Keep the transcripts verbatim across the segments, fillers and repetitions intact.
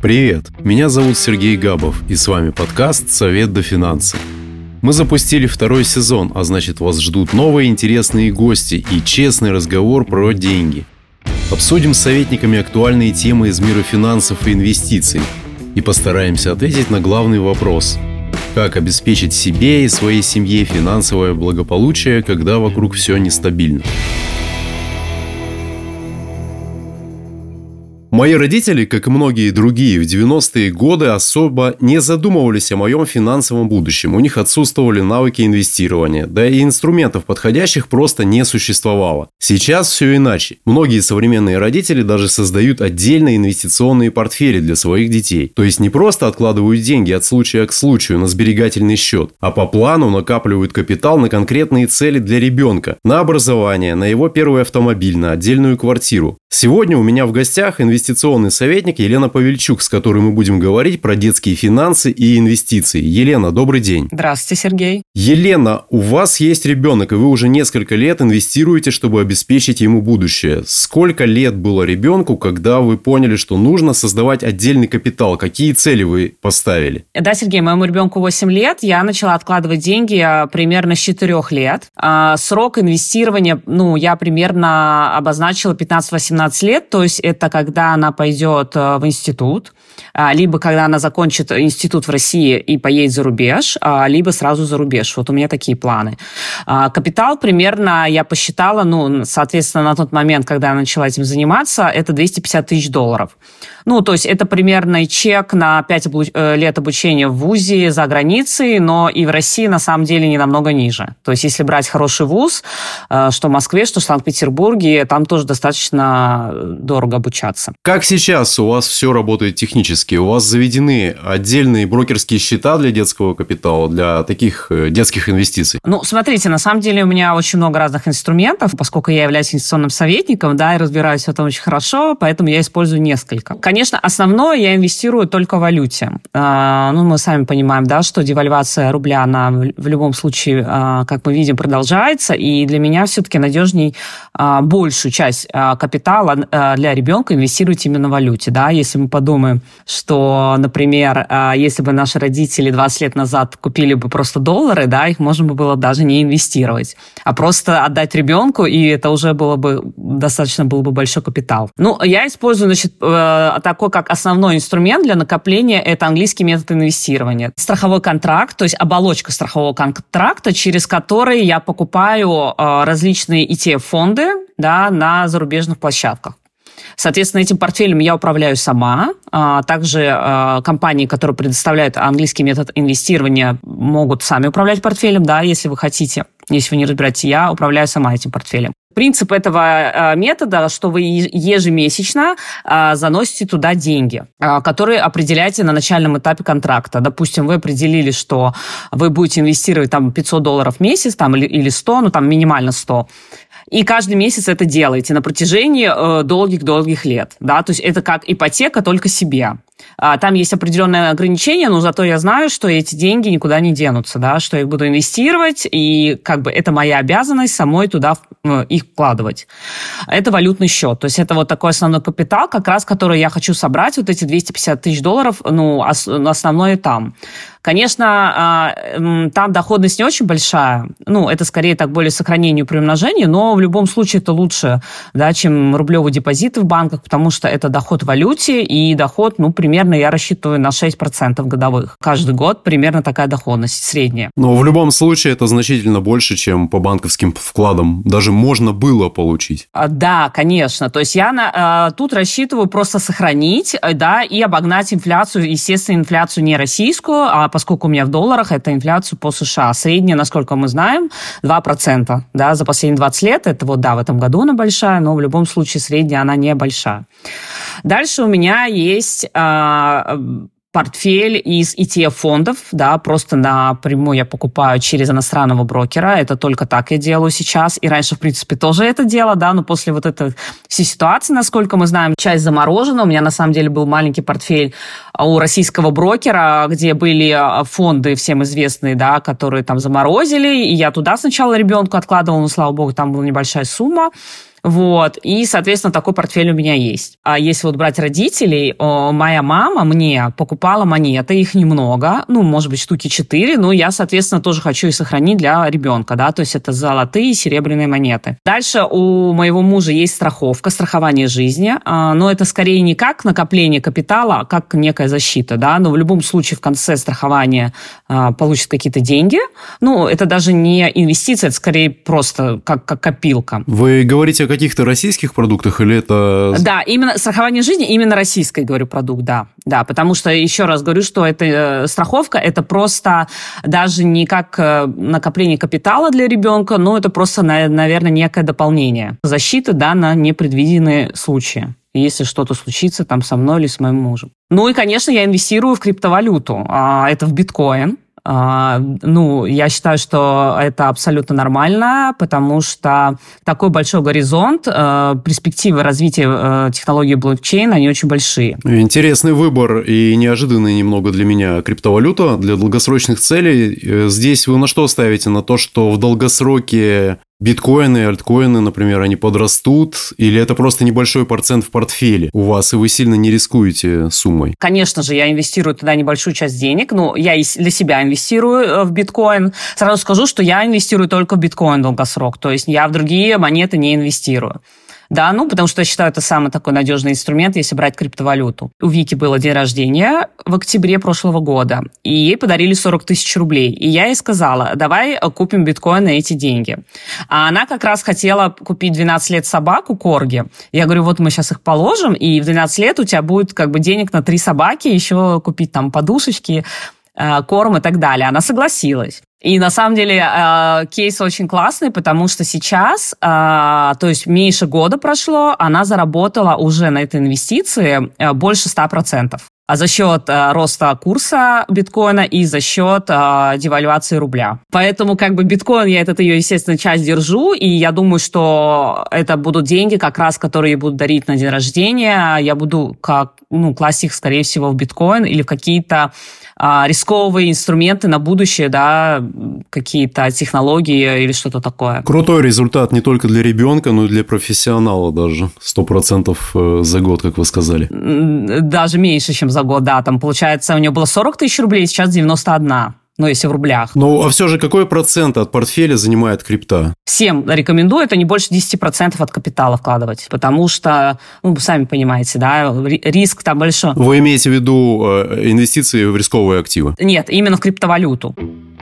Привет, меня зовут Сергей Габов, и с вами подкаст «Совет до финансы». Мы запустили второй сезон, а значит, вас ждут новые интересные гости и честный разговор про деньги. Обсудим с советниками актуальные темы из мира финансов и инвестиций и постараемся ответить на главный вопрос: как обеспечить себе и своей семье финансовое благополучие, когда вокруг все нестабильно. Мои родители, как и многие другие, в девяностые годы особо не задумывались о моем финансовом будущем. У них отсутствовали навыки инвестирования, да и инструментов подходящих просто не существовало. Сейчас все иначе. Многие современные родители даже создают отдельные инвестиционные портфели для своих детей. То есть не просто откладывают деньги от случая к случаю на сберегательный счет, а по плану накапливают капитал на конкретные цели для ребенка, на образование, на его первый автомобиль, на отдельную квартиру. Сегодня у меня в гостях инвестиционный советник Елена Павельчук, с которой мы будем говорить про детские финансы и инвестиции. Елена, добрый день. Здравствуйте, Сергей. Елена, у вас есть ребенок, и вы уже несколько лет инвестируете, чтобы обеспечить ему будущее. Сколько лет было ребенку, когда вы поняли, что нужно создавать отдельный капитал? Какие цели вы поставили? Да, Сергей, моему ребенку восемь лет. Я начала откладывать деньги примерно с четырёх лет. А срок инвестирования, ну, я примерно обозначила пятнадцать-восемнадцать лет, то есть это когда она пойдет в институт, либо когда она закончит институт в России и поедет за рубеж, либо сразу за рубеж. Вот у меня такие планы. Капитал примерно, я посчитала, ну, соответственно, на тот момент, когда я начала этим заниматься, это двести пятьдесят тысяч долларов. Ну, то есть это примерно чек на пять лет обучения в вузе за границей, но и в России на самом деле не намного ниже. То есть если брать хороший вуз, что в Москве, что в Санкт-Петербурге, там тоже достаточно дорого обучаться. Как сейчас у вас все работает технически? У вас заведены отдельные брокерские счета для детского капитала, для таких детских инвестиций? Ну, смотрите, на самом деле у меня очень много разных инструментов, поскольку я являюсь инвестиционным советником, да, и разбираюсь в этом очень хорошо, поэтому я использую несколько. Конечно, основное я инвестирую только в валюте. Ну, мы сами понимаем, да, что девальвация рубля, она в любом случае, как мы видим, продолжается, и для меня все-таки надежней большую часть капитала для ребенка инвестировать именно в валюте, да, если мы подумаем, что, например, если бы наши родители двадцать лет назад купили бы просто доллары, да, их можно было даже не инвестировать, а просто отдать ребенку, и это уже было бы достаточно был бы большой капитал. Ну, я использую, значит, такой как основной инструмент для накопления, это английский метод инвестирования. Страховой контракт, то есть оболочка страхового контракта, через который я покупаю различные и ти эф-фонды, да, на зарубежных площадках. Соответственно, этим портфелем я управляю сама. Также компании, которые предоставляют английский метод инвестирования, могут сами управлять портфелем, да, если вы хотите. Если вы не разбираетесь, я управляю сама этим портфелем. Принцип этого метода, что вы ежемесячно заносите туда деньги, которые определяете на начальном этапе контракта. Допустим, вы определили, что вы будете инвестировать там пятьсот долларов в месяц там, или, или сто, ну там минимально сто. И каждый месяц это делаете на протяжении э, долгих-долгих лет. Да? То есть это как ипотека, только себе. А, там есть определенные ограничения, но зато я знаю, что эти деньги никуда не денутся, да? Что я их буду инвестировать, и как бы это моя обязанность самой туда э, их вкладывать. Это валютный счет. То есть это вот такой основной капитал, как раз который я хочу собрать, вот эти двести пятьдесят тысяч долларов, ну, ос- основное там. Конечно, там доходность не очень большая, ну, это скорее так более сохранению при умножении, но в любом случае это лучше, да, чем рублевые депозиты в банках, потому что это доход в валюте, и доход, ну, примерно я рассчитываю на шесть процентов годовых. Каждый год примерно такая доходность средняя. Но в любом случае это значительно больше, чем по банковским вкладам даже можно было получить. Да, конечно. То есть я на, тут рассчитываю просто сохранить, да, и обогнать инфляцию, естественно, инфляцию не российскую, а поскольку у меня в долларах, это инфляцию по США. Средняя, насколько мы знаем, два процента, да, за последние двадцать лет. Это вот, да, в этом году она большая, но в любом случае средняя она не большая. Дальше у меня есть э, портфель из и ти эф-фондов, да, просто напрямую я покупаю через иностранного брокера. Это только так я делаю сейчас. И раньше, в принципе, тоже это дело, да, но после вот этой всей ситуации, насколько мы знаем, часть заморожена. У меня, на самом деле, был маленький портфель у российского брокера, где были фонды всем известные, да, которые там заморозили, и я туда сначала ребенку откладывала, но, слава богу, там была небольшая сумма. Вот, и, соответственно, такой портфель у меня есть. А если вот брать родителей, моя мама мне покупала монеты, их немного, ну, может быть, штуки четыре, но я, соответственно, тоже хочу их сохранить для ребенка, да, то есть это золотые и серебряные монеты. Дальше у моего мужа есть страховка, страхование жизни, но это скорее не как накопление капитала, а как некая защита, да, но в любом случае в конце страхования получит какие-то деньги, ну, это даже не инвестиция, это скорее просто как, как копилка. Вы говорите о каких-то российских продуктах или это... Да, именно страхование жизни, именно российский, говорю, продукт, да. Да, потому что, еще раз говорю, что это э, страховка, это просто даже не как э, накопление капитала для ребенка, но это просто, на, наверное, некое дополнение. Защита, да, на непредвиденные случаи, если что-то случится там со мной или с моим мужем. Ну и, конечно, я инвестирую в криптовалюту. А, это в биткоин. Uh, ну, я считаю, что это абсолютно нормально, потому что такой большой горизонт, uh, перспективы развития uh, технологии блокчейн, они очень большие. Интересный выбор и неожиданный немного для меня криптовалюта для долгосрочных целей. Здесь вы на что ставите? На то, что в долгосроке биткоины, альткоины, например, они подрастут? Или это просто небольшой процент в портфеле у вас, и вы сильно не рискуете суммой? Конечно же, я инвестирую туда небольшую часть денег. Ну, я для себя инвестирую в биткоин. Сразу скажу, что я инвестирую только в биткоин долгосрок. То есть я в другие монеты не инвестирую. Да, ну, потому что я считаю, это самый такой надежный инструмент, если брать криптовалюту. У Вики было день рождения в октябре прошлого года, и ей подарили сорок тысяч рублей. И я ей сказала, давай купим биткоин на эти деньги. А она как раз хотела купить двенадцать лет собаку, корги. Я говорю, вот мы сейчас их положим, и в двенадцать лет у тебя будет как бы денег на три собаки, еще купить там подушечки, корм и так далее. Она согласилась. И на самом деле э, кейс очень классный, потому что сейчас, э, то есть меньше года прошло, она заработала уже на этой инвестиции э, больше ста процентов. А за счет э, роста курса биткоина и за счет э, девальвации рубля. Поэтому как бы биткоин, я этот ее, естественно, часть держу, и я думаю, что это будут деньги как раз, которые ей будут дарить на день рождения. Я буду как, ну, класть их, скорее всего, в биткоин или в какие-то э, рисковые инструменты на будущее, да, какие-то технологии или что-то такое. Крутой результат не только для ребенка, но и для профессионала даже. Сто процентов за год, как вы сказали. Даже меньше, чем за год, да. Там, получается, у нее было сорок тысяч рублей, сейчас девяносто один. Ну, если в рублях. Ну, а все же какой процент от портфеля занимает крипта? Всем рекомендую, это не больше десять процентов от капитала вкладывать, потому что, ну, вы сами понимаете, да, риск там большой. Вы имеете в виду инвестиции в рисковые активы? Нет, именно в криптовалюту.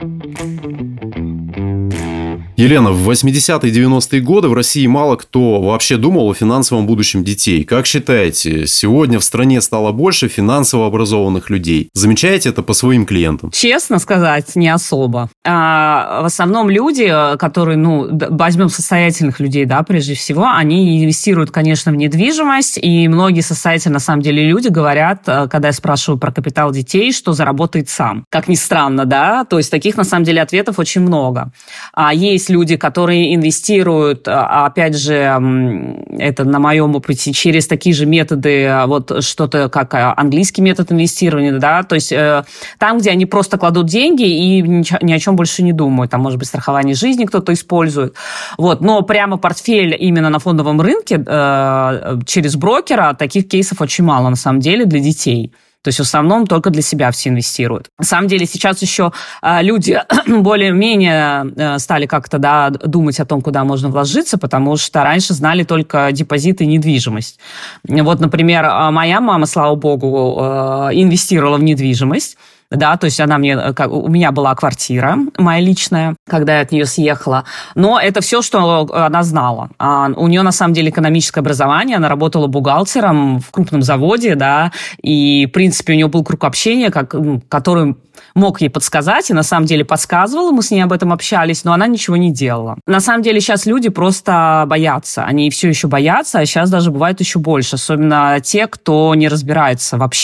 Елена, в восьмидесятые и девяностые годы в России мало кто вообще думал о финансовом будущем детей. Как считаете, сегодня в стране стало больше финансово образованных людей? Замечаете это по своим клиентам? Честно сказать, не особо. А, в основном люди, которые, ну, возьмем состоятельных людей, да, прежде всего, они инвестируют, конечно, в недвижимость, и многие состоятельные, на самом деле, люди говорят, когда я спрашиваю про капитал детей, что заработает сам. Как ни странно, да, то есть таких, на самом деле, ответов очень много. А есть люди, которые инвестируют, опять же, это на моем опыте, через такие же методы, вот что-то как английский метод инвестирования, да, то есть там, где они просто кладут деньги и ни о чем больше не думают, там, может быть, страхование жизни кто-то использует, вот, но прямо портфель именно на фондовом рынке через брокера, таких кейсов очень мало, на самом деле, для детей. То есть в основном только для себя все инвестируют. На самом деле сейчас еще э, люди более-менее э, стали как-то, да, думать о том, куда можно вложиться, потому что раньше знали только депозиты и недвижимость. Вот, например, моя мама, слава богу, э, инвестировала в недвижимость. Да, то есть она мне, как, у меня была квартира моя личная, когда я от нее съехала, но это все, что она знала. А у нее, на самом деле, экономическое образование, она работала бухгалтером в крупном заводе, да, и, в принципе, у нее был круг общения, как, который мог ей подсказать, и на самом деле подсказывала, мы с ней об этом общались, но она ничего не делала. На самом деле сейчас люди просто боятся, они все еще боятся, а сейчас даже бывает еще больше, особенно те, кто не разбирается вообще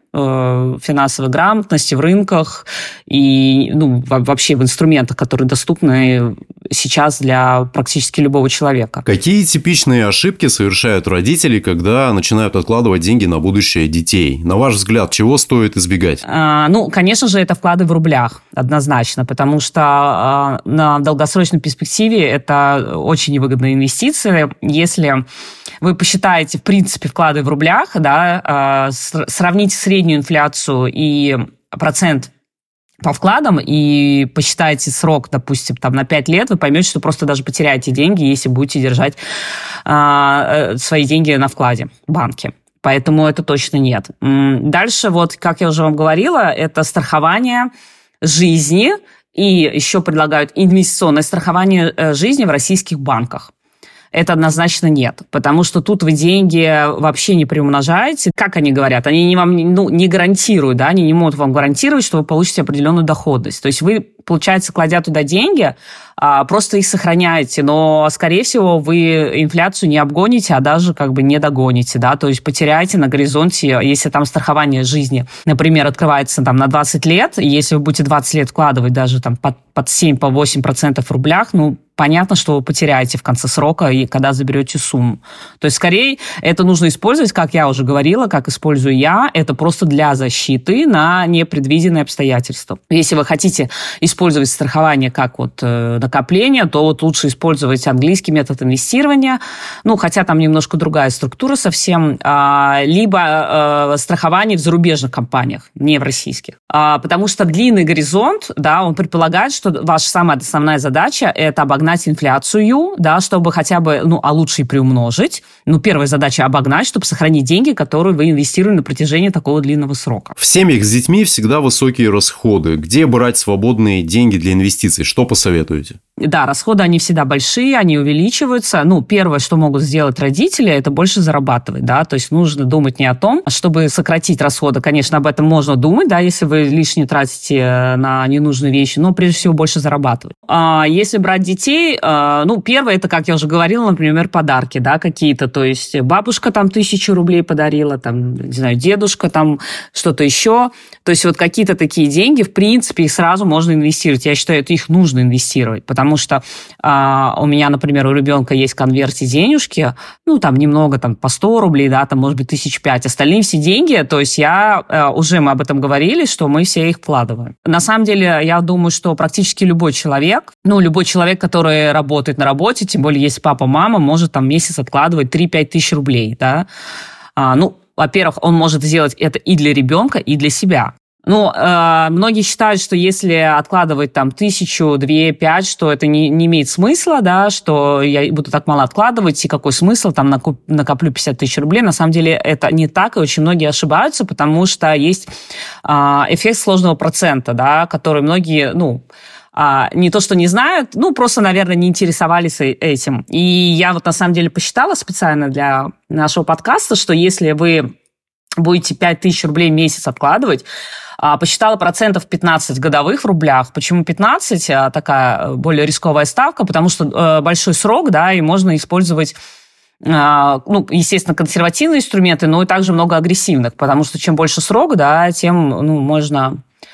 э, финансовой грамотности в рынках и ну, вообще в инструментах, которые доступны сейчас для практически любого человека. Какие типичные ошибки совершают родители, когда начинают откладывать деньги на будущее детей? На ваш взгляд, чего стоит избегать? А, ну, конечно же, это вклады в рублях, однозначно, потому что а, на долгосрочной перспективе это очень невыгодная инвестиция. Если вы посчитаете, в принципе, вклады в рублях, да, а, с, сравните среднюю инфляцию и процент по вкладам и посчитайте срок, допустим, там, на пять лет, вы поймете, что просто даже потеряете деньги, если будете держать а, свои деньги на вкладе в банке. Поэтому это точно нет. Дальше, вот, как я уже вам говорила, это страхование жизни и еще предлагают инвестиционное страхование жизни в российских банках. Это однозначно нет, потому что тут вы деньги вообще не приумножаете. Как они говорят? Они не вам ну, не гарантируют, да, они не могут вам гарантировать, что вы получите определенную доходность. То есть вы, получается, кладя туда деньги, просто их сохраняете, но, скорее всего, вы инфляцию не обгоните, а даже как бы не догоните, да, то есть потеряете на горизонте, если там страхование жизни, например, открывается там на двадцать лет, и если вы будете двадцать лет вкладывать даже там под, под семь-восемь процентов в рублях, ну, понятно, что вы потеряете в конце срока, и когда заберете сумму. То есть, скорее, это нужно использовать, как я уже говорила, как использую я, это просто для защиты на непредвиденные обстоятельства. Если вы хотите использовать страхование как вот накопление, то вот лучше использовать английский метод инвестирования, ну, хотя там немножко другая структура совсем, либо страхование в зарубежных компаниях, не в российских. Потому что длинный горизонт, да, он предполагает, что ваша самая основная задача – это обогнать инфляцию, да, чтобы хотя бы, ну, а лучше и приумножить. Ну, первая задача – обогнать, чтобы сохранить деньги, которые вы инвестировали на протяжении такого длинного срока. В семьях с детьми всегда высокие расходы. Где брать свободные деньги для инвестиций? Что посоветуете? Да, расходы, они всегда большие, они увеличиваются. Ну, первое, что могут сделать родители, это больше зарабатывать, да, то есть нужно думать не о том, чтобы сократить расходы. Конечно, об этом можно думать, да, если вы лишнее тратите на ненужные вещи, но прежде всего больше зарабатывать. А если брать детей, ну, первое, это, как я уже говорила, например, подарки, да, какие-то, то есть бабушка там тысячу рублей подарила, там, не знаю, дедушка там что-то еще, то есть вот какие-то такие деньги, в принципе, их сразу можно инвестировать. Я считаю, это их нужно инвестировать, потому что а, у меня, например, у ребенка есть в конверте денежки, ну, там немного, там, по сто рублей, да, там, может быть, тысяч пять. Остальные все деньги, то есть я, а, уже мы об этом говорили, что мы все их вкладываем. На самом деле, я думаю, что практически любой человек, ну, любой человек, который работает на работе, тем более, если папа, мама, может там месяц откладывать три-пять тысяч рублей, да. А, ну, во-первых, он может сделать это и для ребенка, и для себя. Ну, э, многие считают, что если откладывать там тысячу, две, пять, что это не, не имеет смысла, да, что я буду так мало откладывать, и какой смысл, там накоп, накоплю пятьдесят тысяч рублей. На самом деле это не так, и очень многие ошибаются, потому что есть э, эффект сложного процента, да, который многие, ну, А, не то, что не знают, ну, просто, наверное, не интересовались этим. И я вот на самом деле посчитала специально для нашего подкаста, что если вы будете пять тысяч рублей в месяц откладывать, а, посчитала процентов пятнадцать годовых в рублях. Почему пятнадцать? А, такая более рисковая ставка, потому что э, большой срок, да, и можно использовать, э, ну, естественно, консервативные инструменты, но и также много агрессивных, потому что чем больше срок, да, тем, ну, можно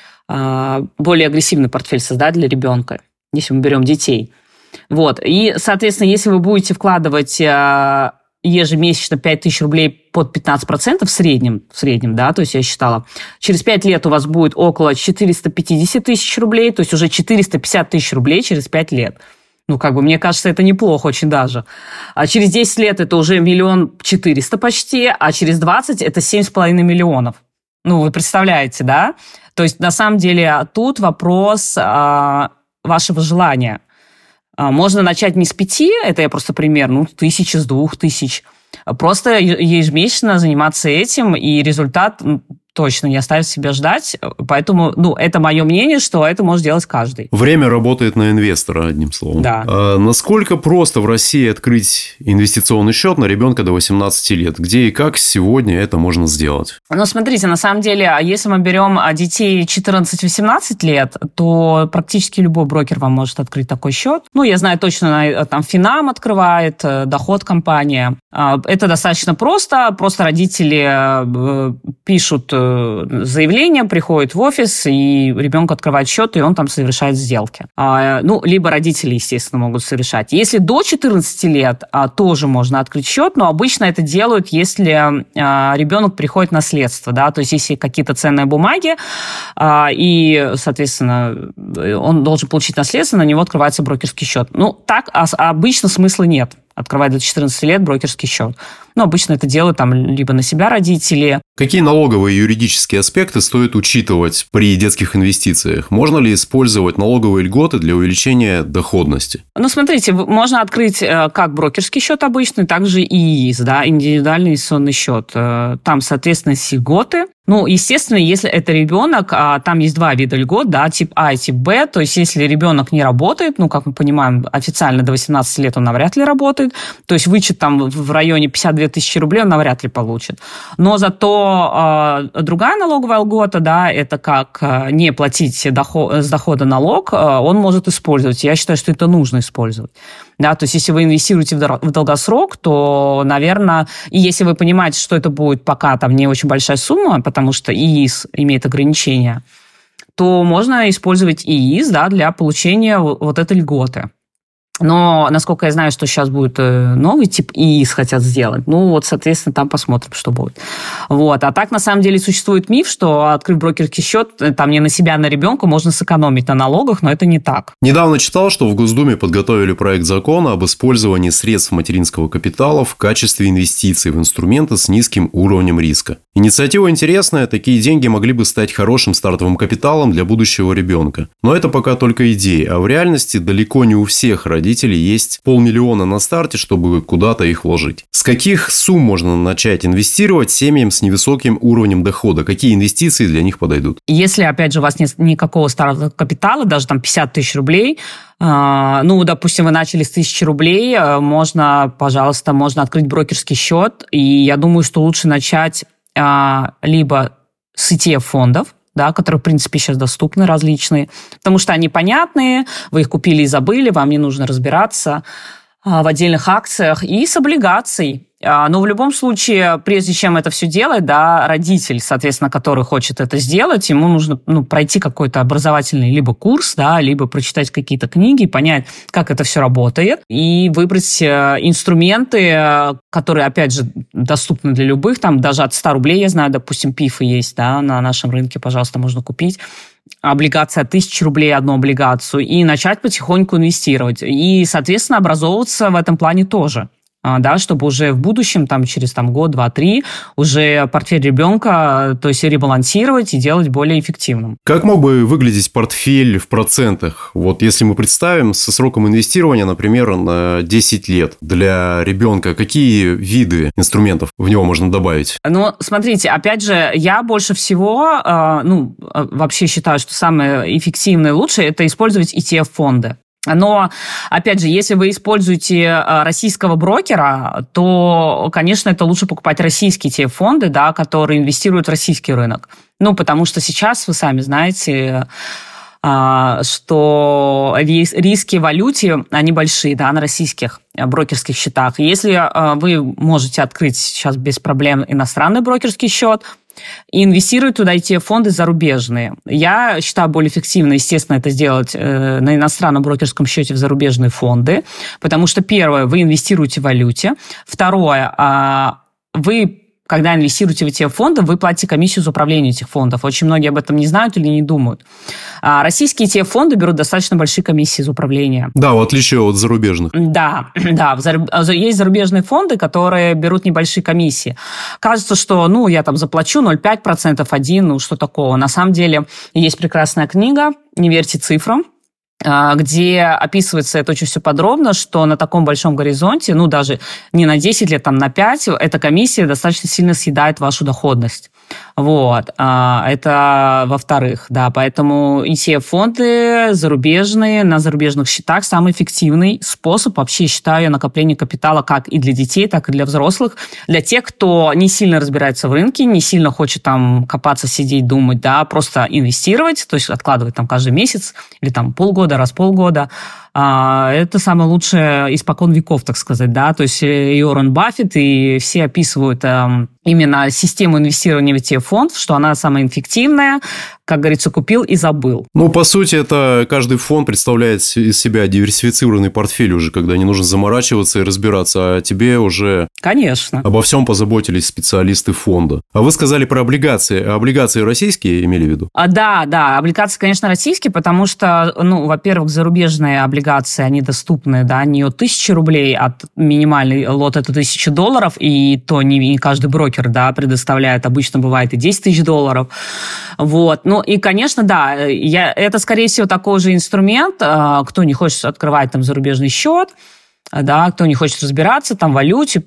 более агрессивный портфель создать для ребенка, если мы берем детей. Вот. И, соответственно, если вы будете вкладывать ежемесячно пять тысяч рублей под пятнадцать процентов в среднем, в среднем, да, то есть я считала, через пять лет у вас будет около четыреста пятьдесят тысяч рублей, то есть уже четыреста пятьдесят тысяч рублей через пять лет. Ну, как бы, мне кажется, это неплохо очень даже. А через десять лет это уже миллион четыреста почти, а через двадцать это семь с половиной миллионов. Ну, вы представляете, да? То есть, на самом деле, тут вопрос а, вашего желания. А, можно начать не с пяти, это я просто пример, ну, тысячи, с двух тысяч. Просто ежемесячно заниматься этим, и результат точно не оставит себя ждать. Поэтому, ну, это мое мнение, что это может делать каждый. Время работает на инвестора, одним словом. Да. А насколько просто в России открыть инвестиционный счет на ребенка до восемнадцати лет? Где и как сегодня это можно сделать? Ну, смотрите, на самом деле, если мы берем детей четырнадцать-восемнадцать лет, то практически любой брокер вам может открыть такой счет. Ну, я знаю точно, там Финам открывает, Доход компания. Это достаточно просто. Просто родители пишут заявление, приходит в офис, и ребенку открывает счет, и он там совершает сделки. Ну, либо родители, естественно, могут совершать. Если до четырнадцати лет, тоже можно открыть счет, но обычно это делают, если ребенок приходит в наследство, да, то есть если какие-то ценные бумаги, и, соответственно, он должен получить наследство, на него открывается брокерский счет. Ну, так обычно смысла нет. Открывать до четырнадцати лет брокерский счет. Ну, обычно это делают там либо на себя родители. Какие налоговые и юридические аспекты стоит учитывать при детских инвестициях? Можно ли использовать налоговые льготы для увеличения доходности? Ну, смотрите, можно открыть как брокерский счет обычный, так же и ИИС, да, индивидуальный инвестиционный счет. Там, соответственно, есть льготы. Ну, естественно, если это ребенок, там есть два вида льгот, да, тип А и тип Б, то есть если ребенок не работает, ну, как мы понимаем, официально до восемнадцати лет он навряд ли работает, то есть вычет там в районе пятьдесят две тысячи рублей он навряд ли получит. Но зато э, другая налоговая льгота, да, это как не платить доход, с дохода налог, он может использовать. Я считаю, что это нужно использовать. Да, то есть если вы инвестируете в долгосрок, то, наверное, и если вы понимаете, что это будет пока там не очень большая сумма, потому что ИИС имеет ограничения, то можно использовать ИИС, да, для получения вот этой льготы. Но, насколько я знаю, что сейчас будет новый тип ИИС хотят сделать, ну вот, соответственно, там посмотрим, что будет. Вот. А так, на самом деле, существует миф, что, открыв брокерский счет, там не на себя, а на ребенка можно сэкономить на налогах, но это не так. Недавно читал, что в Госдуме подготовили проект закона об использовании средств материнского капитала в качестве инвестиций в инструменты с низким уровнем риска. Инициатива интересная, такие деньги могли бы стать хорошим стартовым капиталом для будущего ребенка. Но это пока только идеи, а в реальности далеко не у всех родителей родителей есть полмиллиона на старте, чтобы куда-то их вложить. С каких сумм можно начать инвестировать семьям с невысоким уровнем дохода? Какие инвестиции для них подойдут? Если, опять же, у вас нет никакого стартового капитала, даже там пятьдесят тысяч рублей, ну, допустим, вы начали с тысячи рублей, можно, пожалуйста, можно открыть брокерский счет, и я думаю, что лучше начать либо с и ти эф-фондов, да, которые, в принципе, сейчас доступны различные, потому что они понятные, вы их купили и забыли, вам не нужно разбираться а, в отдельных акциях, и с облигаций. А, но в любом случае, прежде чем это все делать, да, родитель, соответственно, который хочет это сделать, ему нужно ну, пройти какой-то образовательный либо курс, да, либо прочитать какие-то книги, понять, как это все работает, и выбрать инструменты, которые, опять же, доступны для любых, там даже от ста рублей, я знаю, допустим, пифы есть, да, на нашем рынке, пожалуйста, можно купить. Облигация от тысячи рублей, одну облигацию, и начать потихоньку инвестировать. И, соответственно, образовываться в этом плане тоже. Да, чтобы уже в будущем, там, через там, год, два, три, уже портфель ребенка, то есть ребалансировать и делать более эффективным. Как мог бы выглядеть портфель в процентах? Вот если мы представим со сроком инвестирования, например, на десять лет для ребенка, какие виды инструментов в него можно добавить? Ну, смотрите, опять же, я больше всего, ну, вообще считаю, что самое эффективное и лучшее – это использовать и ти эф-фонды. Но, опять же, если вы используете российского брокера, то, конечно, это лучше покупать российские те фонды, да, которые инвестируют в российский рынок. Ну, потому что сейчас, вы сами знаете, что риски в валюте, они большие, да, на российских брокерских счетах. Если вы можете открыть сейчас без проблем иностранный брокерский счет, и инвестировать туда и те фонды зарубежные. Я считаю более эффективно, естественно, это сделать э, на иностранном брокерском счете в зарубежные фонды, потому что, первое, вы инвестируете в валюте, второе, э, вы, когда инвестируете в и ти эф-фонды, вы платите комиссию за управление этих фондов. Очень многие об этом не знают или не думают. А российские и ти эф-фонды берут достаточно большие комиссии за управление. Да, в отличие от зарубежных. Да, да, есть зарубежные фонды, которые берут небольшие комиссии. Кажется, что, ну, я там заплачу ноль целых пять десятых процента, один, ну, что такого. На самом деле есть прекрасная книга «Не верьте цифрам», где описывается это очень все подробно, что на таком большом горизонте, ну, даже не на десять лет, там, на пять, эта комиссия достаточно сильно съедает вашу доходность. Вот. Это во-вторых, да, поэтому и ти эф-фонды зарубежные, на зарубежных счетах самый эффективный способ, вообще, считаю, накопления капитала как и для детей, так и для взрослых, для тех, кто не сильно разбирается в рынке, не сильно хочет там копаться, сидеть, думать, да, просто инвестировать, то есть откладывать там каждый месяц или там полгода, раз в полгода, Это самое лучшее испокон веков, так сказать, да, то есть и Уоррен Баффет, и все описывают именно систему инвестирования в и ти эф-фонд, что она самая эффективная, как говорится, купил и забыл. Ну, по сути, это каждый фонд представляет из себя диверсифицированный портфель уже, когда не нужно заморачиваться и разбираться, а тебе уже... Конечно. Обо всем позаботились специалисты фонда. А вы сказали про облигации. А облигации российские имели в виду? А, да, да, облигации, конечно, российские, потому что, ну, во-первых, зарубежные облигации, они доступны, да, не от тысячи рублей, а минимальный лот – это тысяча долларов, и то не, не каждый брокер, да, предоставляет, обычно бывает и десять тысяч долларов. Вот. Ну, и, конечно, да, я, это, скорее всего, такой же инструмент, кто не хочет открывать там зарубежный счет, да, кто не хочет разбираться там в валюте,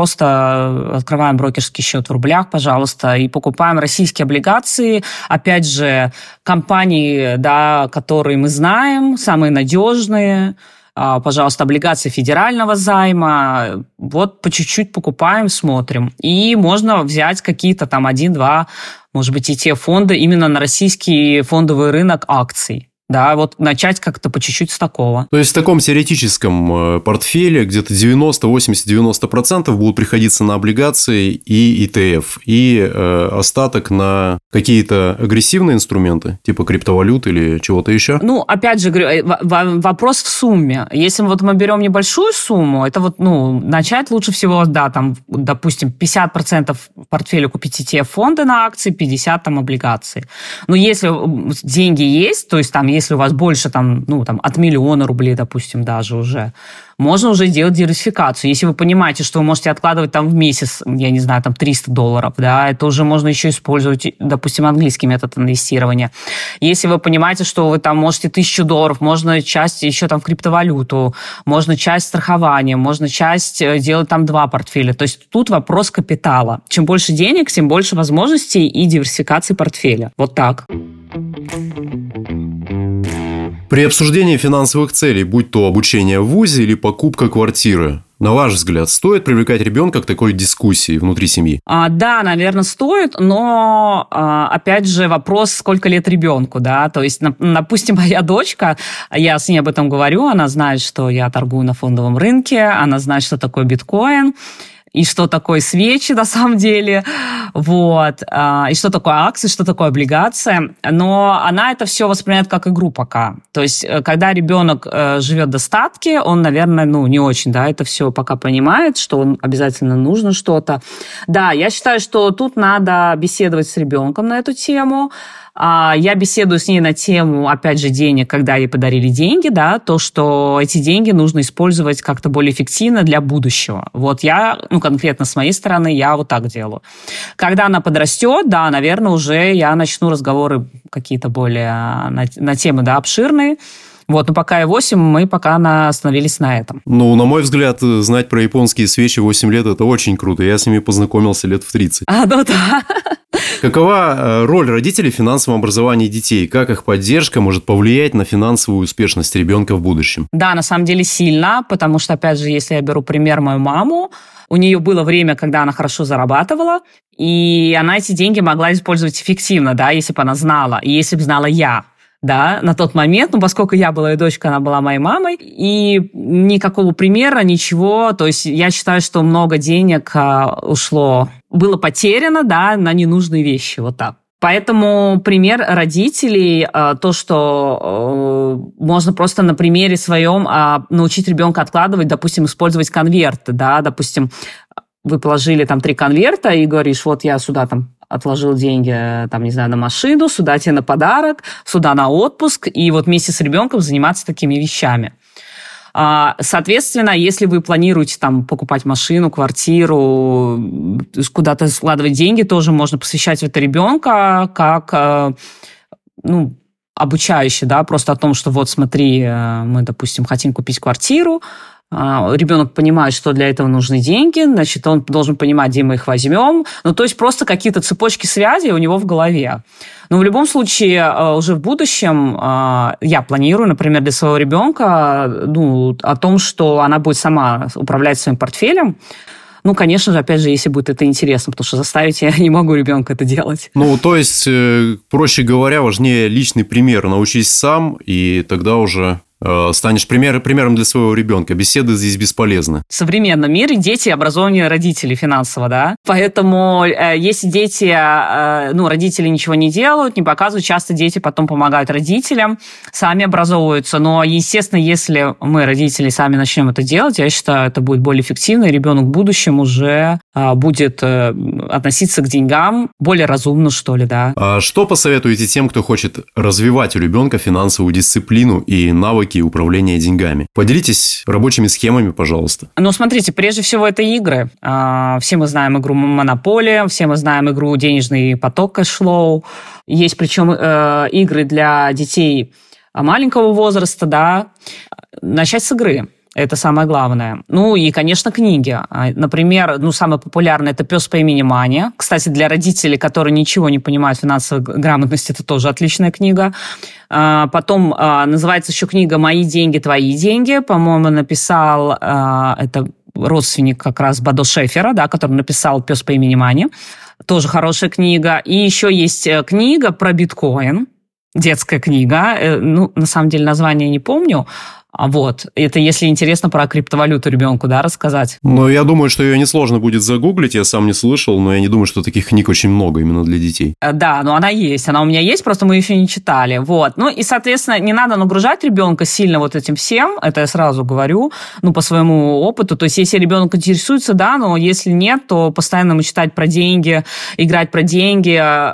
просто открываем брокерский счет в рублях, пожалуйста, и покупаем российские облигации. Опять же, компании, да, которые мы знаем, самые надежные. Пожалуйста, облигации федерального займа. Вот по чуть-чуть покупаем, смотрим. И можно взять какие-то там один-два, может быть, и те фонды именно на российский фондовый рынок акций. Да, вот начать как-то по чуть-чуть с такого. То есть в таком теоретическом портфеле где-то девяносто, восемьдесят, девяносто процентов будут приходиться на облигации и и ти эф, и э, остаток на какие-то агрессивные инструменты, типа криптовалют или чего-то еще? Ну, опять же, говорю, вопрос в сумме. Если вот мы берем небольшую сумму, это вот, ну, начать лучше всего, да, там, допустим, пятьдесят процентов портфеля купить и ти эф-фонды на акции, пятьдесят процентов там облигации. Но если деньги есть, то есть там если у вас больше там, ну, там, от миллиона рублей, допустим, даже уже, можно уже делать диверсификацию. Если вы понимаете, что вы можете откладывать там в месяц, я не знаю, там триста долларов, да, это уже можно еще использовать, допустим, английский метод инвестирования. Если вы понимаете, что вы там можете тысячу долларов, можно часть еще там в криптовалюту, можно часть страхования, можно часть делать там два портфеля. То есть тут вопрос капитала. Чем больше денег, тем больше возможностей и диверсификации портфеля. Вот так. При обсуждении финансовых целей, будь то обучение в вузе или покупка квартиры, на ваш взгляд, стоит привлекать ребенка к такой дискуссии внутри семьи? А, да, наверное, стоит, но, а, опять же, вопрос, сколько лет ребенку, да, то есть, допустим, моя дочка, я с ней об этом говорю, она знает, что я торгую на фондовом рынке, она знает, что такое биткоин, и что такое свечи на самом деле, вот, и что такое акции, что такое облигация, но она это все воспринимает как игру пока. То есть, когда ребенок живет в достатке, он, наверное, ну, не очень, да, это все пока понимает, что он обязательно нужно что-то. Да, я считаю, что тут надо беседовать с ребенком на эту тему. Я беседую с ней на тему, опять же, денег, когда ей подарили деньги, да, то, что эти деньги нужно использовать как-то более эффективно для будущего. Вот я, ну, конкретно с моей стороны, я вот так делаю. Когда она подрастет, да, наверное, уже я начну разговоры какие-то более на, на темы, да, обширные. Вот, но пока и восемь, мы пока на, остановились на этом. Ну, на мой взгляд, знать про японские свечи восемь лет – это очень круто. Я с ними познакомился лет в тридцать. А, ну да. Какова роль родителей в финансовом образовании детей? Как их поддержка может повлиять на финансовую успешность ребенка в будущем? Да, на самом деле сильно, потому что, опять же, если я беру пример мою маму, у нее было время, когда она хорошо зарабатывала, и она эти деньги могла использовать эффективно, да, если бы она знала, и если бы знала я. Да, на тот момент, ну, поскольку я была ее дочкой, она была моей мамой, и никакого примера, ничего, то есть я считаю, что много денег а, ушло, было потеряно, да, на ненужные вещи, вот так. Поэтому пример родителей, а, то, что а, можно просто на примере своем а, научить ребенка откладывать, допустим, использовать конверты, да, допустим, вы положили там три конверта и говоришь, вот я сюда там отложил деньги, там, не знаю, на машину, сюда тебе на подарок, сюда на отпуск, и вот вместе с ребенком заниматься такими вещами. Соответственно, если вы планируете там покупать машину, квартиру, куда-то складывать деньги, тоже можно посвящать в это ребенка как, ну, обучающий, да, просто о том, что вот смотри, мы, допустим, хотим купить квартиру, ребенок понимает, что для этого нужны деньги, значит, он должен понимать, где мы их возьмем. Ну, то есть просто какие-то цепочки связи у него в голове. Но в любом случае, уже в будущем я планирую, например, для своего ребенка, ну, о том, что она будет сама управлять своим портфелем. Ну, конечно же, опять же, если будет это интересно, потому что заставить я не могу ребенка это делать. Ну, то есть, проще говоря, важнее личный пример. Научись сам, и тогда уже э, станешь пример, примером для своего ребенка. Беседы здесь бесполезны. В современном мире дети образованнее родителей финансово, да. Поэтому э, если дети, э, ну, родители ничего не делают, не показывают, часто дети потом помогают родителям, сами образовываются. Но, естественно, если мы, родители, сами начнем это делать, я считаю, это будет более эффективно, и ребенок в будущем уже э, будет э, относиться к деньгам более разумно, что ли, да. А что посоветуете тем, кто хочет развивать у ребенка финансовую дисциплину и навыки управления деньгами? Поделитесь рабочими схемами, пожалуйста. Ну, смотрите, прежде всего, это игры. Все мы знаем игру «Монополия», все мы знаем игру «Денежный поток», кэшфлоу. Есть причем игры для детей маленького возраста, да. Начать с игры. Это самое главное. Ну и, конечно, книги. Например, ну, самое популярное – это «Пес по имени Маня». Кстати, для родителей, которые ничего не понимают в финансовой грамотности, это тоже отличная книга. Потом называется еще книга «Мои деньги, твои деньги». По-моему, написал это родственник как раз Бодо Шефера, да, который написал «Пес по имени Маня». Тоже хорошая книга. И еще есть книга про биткоин. Детская книга. Ну, на самом деле, название не помню. Вот. Это если интересно про криптовалюту ребенку, да, рассказать. Ну, я думаю, что ее несложно будет загуглить. Я сам не слышал, но я не думаю, что таких книг очень много именно для детей. Да, но она есть. Она у меня есть, просто мы еще не читали. Вот. Ну, и, соответственно, не надо нагружать ребенка сильно вот этим всем. Это я сразу говорю, ну, по своему опыту. То есть, если ребенок интересуется, да, но если нет, то постоянно ему читать про деньги, играть про деньги,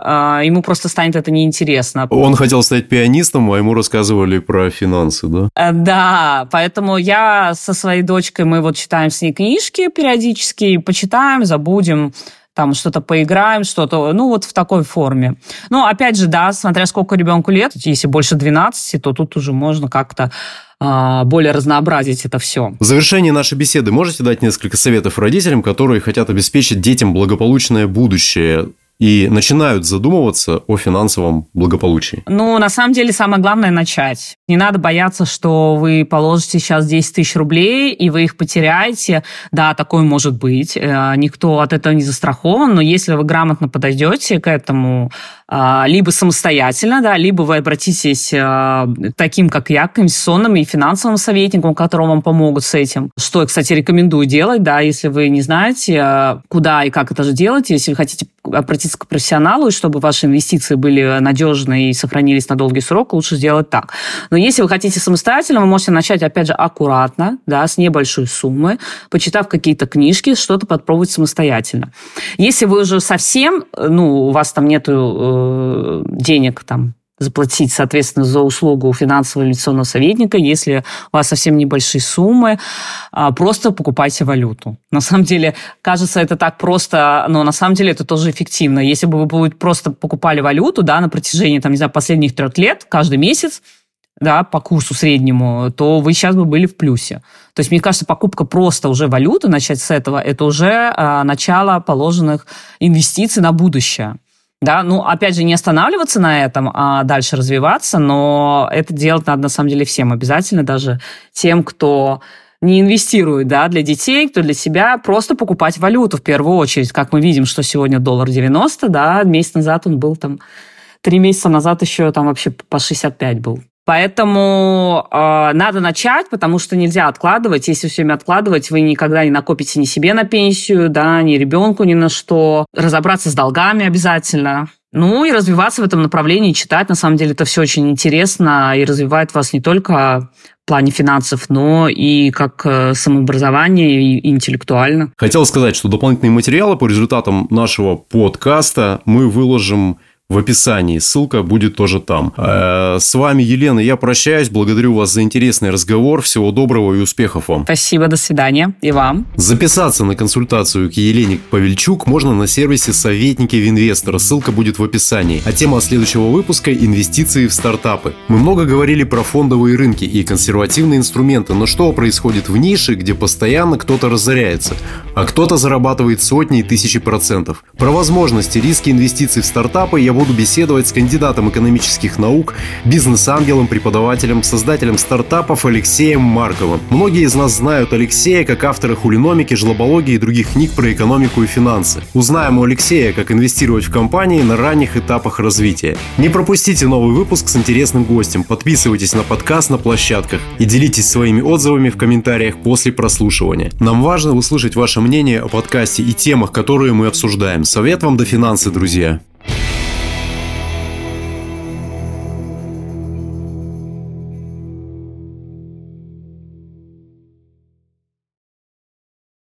ему просто станет это неинтересно. Он хотел стать пианистом, а ему рассказывали про финансы, да? Да. Да, поэтому я со своей дочкой, мы вот читаем с ней книжки периодически, почитаем, забудем, там что-то поиграем, что-то, ну, вот в такой форме. Ну, опять же, да, смотря сколько ребенку лет, если больше двенадцати, то тут уже можно как-то э, более разнообразить это все. В завершении нашей беседы можете дать несколько советов родителям, которые хотят обеспечить детям благополучное будущее и начинают задумываться о финансовом благополучии? Ну, на самом деле, самое главное – начать. Не надо бояться, что вы положите сейчас десять тысяч рублей, и вы их потеряете. Да, такое может быть. Никто от этого не застрахован, но если вы грамотно подойдете к этому, либо самостоятельно, да, либо вы обратитесь к таким, как я, к инвестиционным и финансовым советникам, которые вам помогут с этим. Что я, кстати, рекомендую делать, да, если вы не знаете, куда и как это же делать, если вы хотите обратиться к профессионалу, и чтобы ваши инвестиции были надежны и сохранились на долгий срок, лучше сделать так. Но если вы хотите самостоятельно, вы можете начать, опять же, аккуратно, да, с небольшой суммы, почитав какие-то книжки, что-то попробовать самостоятельно. Если вы уже совсем, ну, у вас там нету э, денег там, заплатить, соответственно, за услугу финансового инвестиционного советника, если у вас совсем небольшие суммы, просто покупайте валюту. На самом деле, кажется, это так просто, но на самом деле это тоже эффективно. Если бы вы просто покупали валюту, да, на протяжении, там, не знаю, последних трех лет, каждый месяц, да, по курсу среднему, то вы сейчас бы были в плюсе. То есть, мне кажется, покупка просто уже валюты, начать с этого, это уже а, начало положенных инвестиций на будущее. Да, ну, опять же, не останавливаться на этом, а дальше развиваться, но это делать надо, на самом деле, всем обязательно, даже тем, кто не инвестирует, да, для детей, кто для себя, просто покупать валюту в первую очередь. Как мы видим, что сегодня доллар девяносто, да, месяц назад он был там, три месяца назад еще там вообще по шестьдесят пять был. Поэтому э, надо начать, потому что нельзя откладывать. Если все время откладывать, вы никогда не накопите ни себе на пенсию, да, ни ребенку ни на что. Разобраться с долгами обязательно. Ну и развиваться в этом направлении, читать. На самом деле это все очень интересно и развивает вас не только в плане финансов, но и как самообразование, и интеллектуально. Хотел сказать, что дополнительные материалы по результатам нашего подкаста мы выложим в описании. Ссылка будет тоже там. С вами Елена. Я прощаюсь. Благодарю вас за интересный разговор. Всего доброго и успехов вам. Спасибо. До свидания. И вам. Записаться на консультацию к Елене Павельчук можно на сервисе «Советники Винвестора». Ссылка будет в описании. А тема следующего выпуска – инвестиции в стартапы. Мы много говорили про фондовые рынки и консервативные инструменты, но что происходит в нише, где постоянно кто-то разоряется, а кто-то зарабатывает сотни и тысячи процентов? Про возможности, риски инвестиций в стартапы я буду беседовать с кандидатом экономических наук, бизнес-ангелом, преподавателем, создателем стартапов Алексеем Марковым. Многие из нас знают Алексея как автора хулиномики, жлобологии и других книг про экономику и финансы. Узнаем у Алексея, как инвестировать в компании на ранних этапах развития. Не пропустите новый выпуск с интересным гостем. Подписывайтесь на подкаст на площадках и делитесь своими отзывами в комментариях после прослушивания. Нам важно услышать ваше мнение о подкасте и темах, которые мы обсуждаем. Совет вам до финансы, друзья!